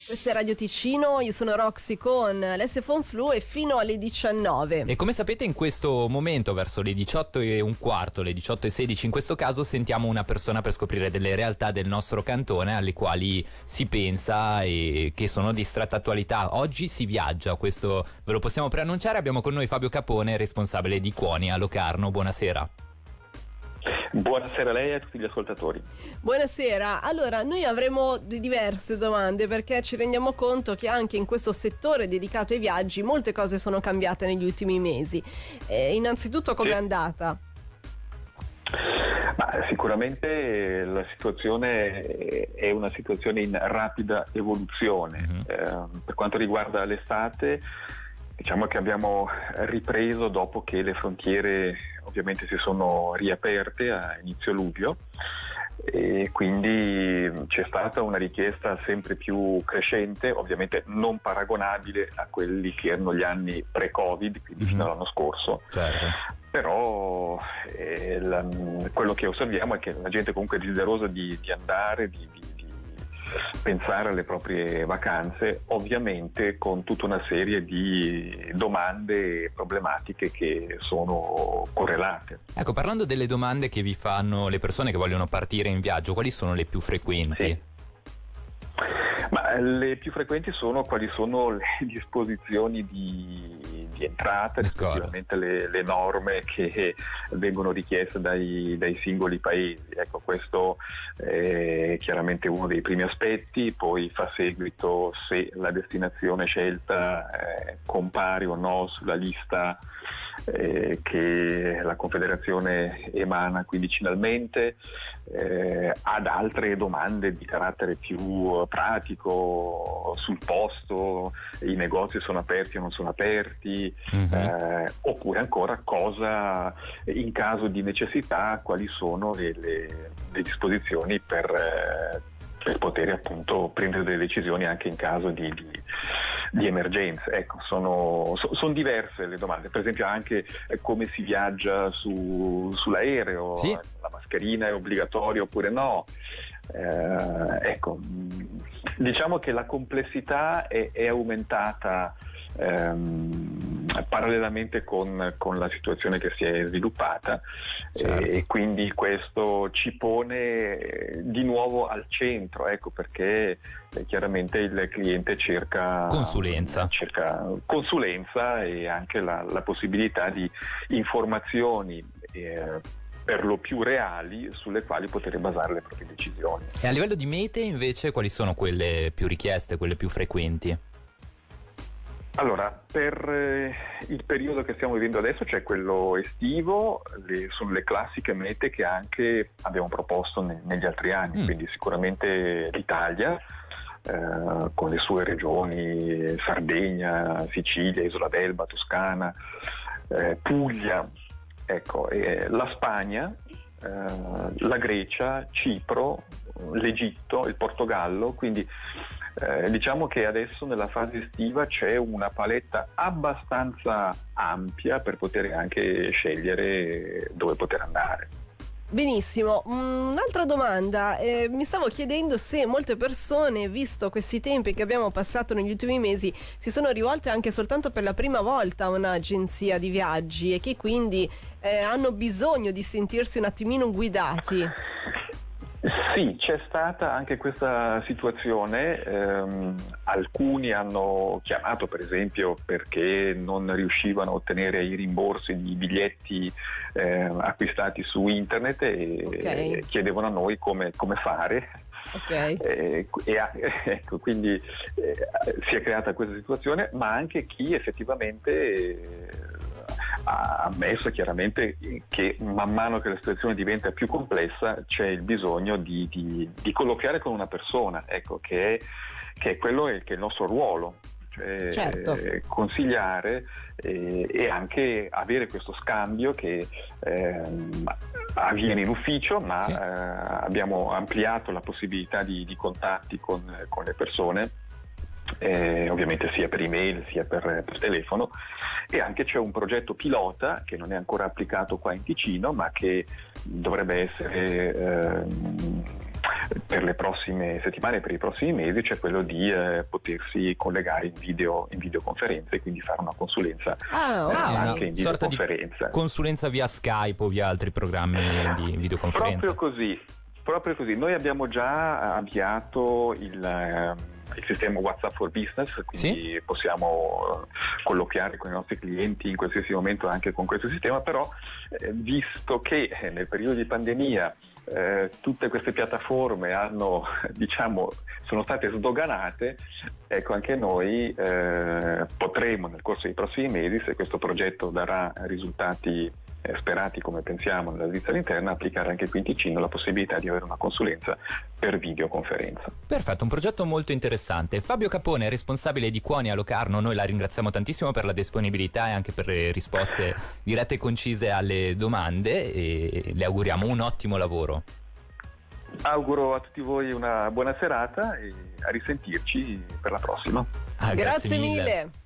Questo è Radio Ticino, io sono Roxy con l'S-Phone Flu e fino alle 19. E come sapete in questo momento verso le 18:15, le 18:16 in questo caso, sentiamo una persona per scoprire delle realtà del nostro cantone alle quali si pensa e che sono di stretta attualità. Oggi si viaggia, questo ve lo possiamo preannunciare. Abbiamo con noi Fabio Capone, responsabile di Cuoni a Locarno. Buonasera. Buonasera a lei e a tutti gli ascoltatori. Buonasera, allora noi avremo diverse domande perché ci rendiamo conto che anche in questo settore dedicato ai viaggi molte cose sono cambiate negli ultimi mesi. Innanzitutto com'è andata? Sicuramente la situazione è una situazione in rapida evoluzione. Per quanto riguarda l'estate, diciamo che abbiamo ripreso dopo che le frontiere ovviamente si sono riaperte a inizio luglio e quindi c'è stata una richiesta sempre più crescente, ovviamente non paragonabile a quelli che erano gli anni pre-Covid, quindi fino all'anno scorso. Certo. Però quello che osserviamo è che la gente comunque è desiderosa di andare, di pensare alle proprie vacanze, ovviamente con tutta una serie di domande e problematiche che sono correlate. Ecco, parlando delle domande che vi fanno le persone che vogliono partire in viaggio, quali sono le più frequenti? Sì. Le più frequenti sono quali sono le disposizioni di entrata, rispettivamente le norme che vengono richieste dai singoli paesi. Ecco, questo è chiaramente uno dei primi aspetti, poi fa seguito se la destinazione scelta compare o no sulla lista che la Confederazione emana quindicinalmente, ad altre domande di carattere più pratico sul posto, i negozi sono aperti o non sono aperti, oppure ancora cosa in caso di necessità, quali sono le disposizioni per poter appunto prendere delle decisioni anche in caso di emergenza. Ecco, sono diverse le domande, per esempio anche come si viaggia sull'aereo, sì. La mascherina è obbligatoria oppure no. Ecco, diciamo che la complessità è aumentata parallelamente con la situazione che si è sviluppata. Certo. E quindi questo ci pone di nuovo al centro, ecco, perché chiaramente il cliente cerca consulenza e anche la possibilità di informazioni per lo più reali sulle quali poter basare le proprie decisioni. E a livello di mete invece quali sono quelle più richieste, quelle più frequenti? Allora, per il periodo che stiamo vivendo adesso c'è quello estivo, sono le classiche mete che anche abbiamo proposto negli altri anni, quindi sicuramente l'Italia, con le sue regioni, Sardegna, Sicilia, Isola d'Elba, Toscana, Puglia, ecco, la Spagna, la Grecia, Cipro, l'Egitto, il Portogallo, quindi diciamo che adesso nella fase estiva c'è una paletta abbastanza ampia per poter anche scegliere dove poter andare. Benissimo, un'altra domanda, mi stavo chiedendo se molte persone, visto questi tempi che abbiamo passato negli ultimi mesi, si sono rivolte anche soltanto per la prima volta a un'agenzia di viaggi e che quindi hanno bisogno di sentirsi un attimino guidati. Sì, c'è stata anche questa situazione, alcuni hanno chiamato per esempio perché non riuscivano a ottenere i rimborsi di biglietti acquistati su internet e chiedevano a noi come fare. Okay. Ecco, quindi si è creata questa situazione, ma anche chi effettivamente ha ammesso chiaramente che man mano che la situazione diventa più complessa c'è il bisogno di colloquiare con una persona, ecco, che è quello che è il nostro ruolo. Cioè, certo. Consigliare e anche avere questo scambio che avviene in ufficio, ma sì. Abbiamo ampliato la possibilità di contatti con le persone, ovviamente sia per email sia per telefono, e anche c'è un progetto pilota che non è ancora applicato qua in Ticino, ma che dovrebbe essere per le prossime settimane, per i prossimi mesi, c'è quello di potersi collegare in videoconferenza e quindi fare una consulenza anche in videoconferenza. Consulenza via Skype o via altri programmi di videoconferenza. Proprio così. Noi abbiamo già avviato il sistema WhatsApp for Business, quindi possiamo colloquiare con i nostri clienti in qualsiasi momento anche con questo sistema, però visto che nel periodo di pandemia tutte queste piattaforme sono state sdoganate, ecco, anche noi potremo nel corso dei prossimi mesi, se questo progetto darà risultati sperati come pensiamo nella Svizzera interna, applicare anche qui in Ticino la possibilità di avere una consulenza per videoconferenza. Perfetto, un progetto molto interessante. Fabio Capone, responsabile di Quonia Locarno, noi la ringraziamo tantissimo per la disponibilità e anche per le risposte dirette e concise alle domande e le auguriamo un ottimo lavoro. Auguro a tutti voi una buona serata e a risentirci per la prossima. Grazie mille.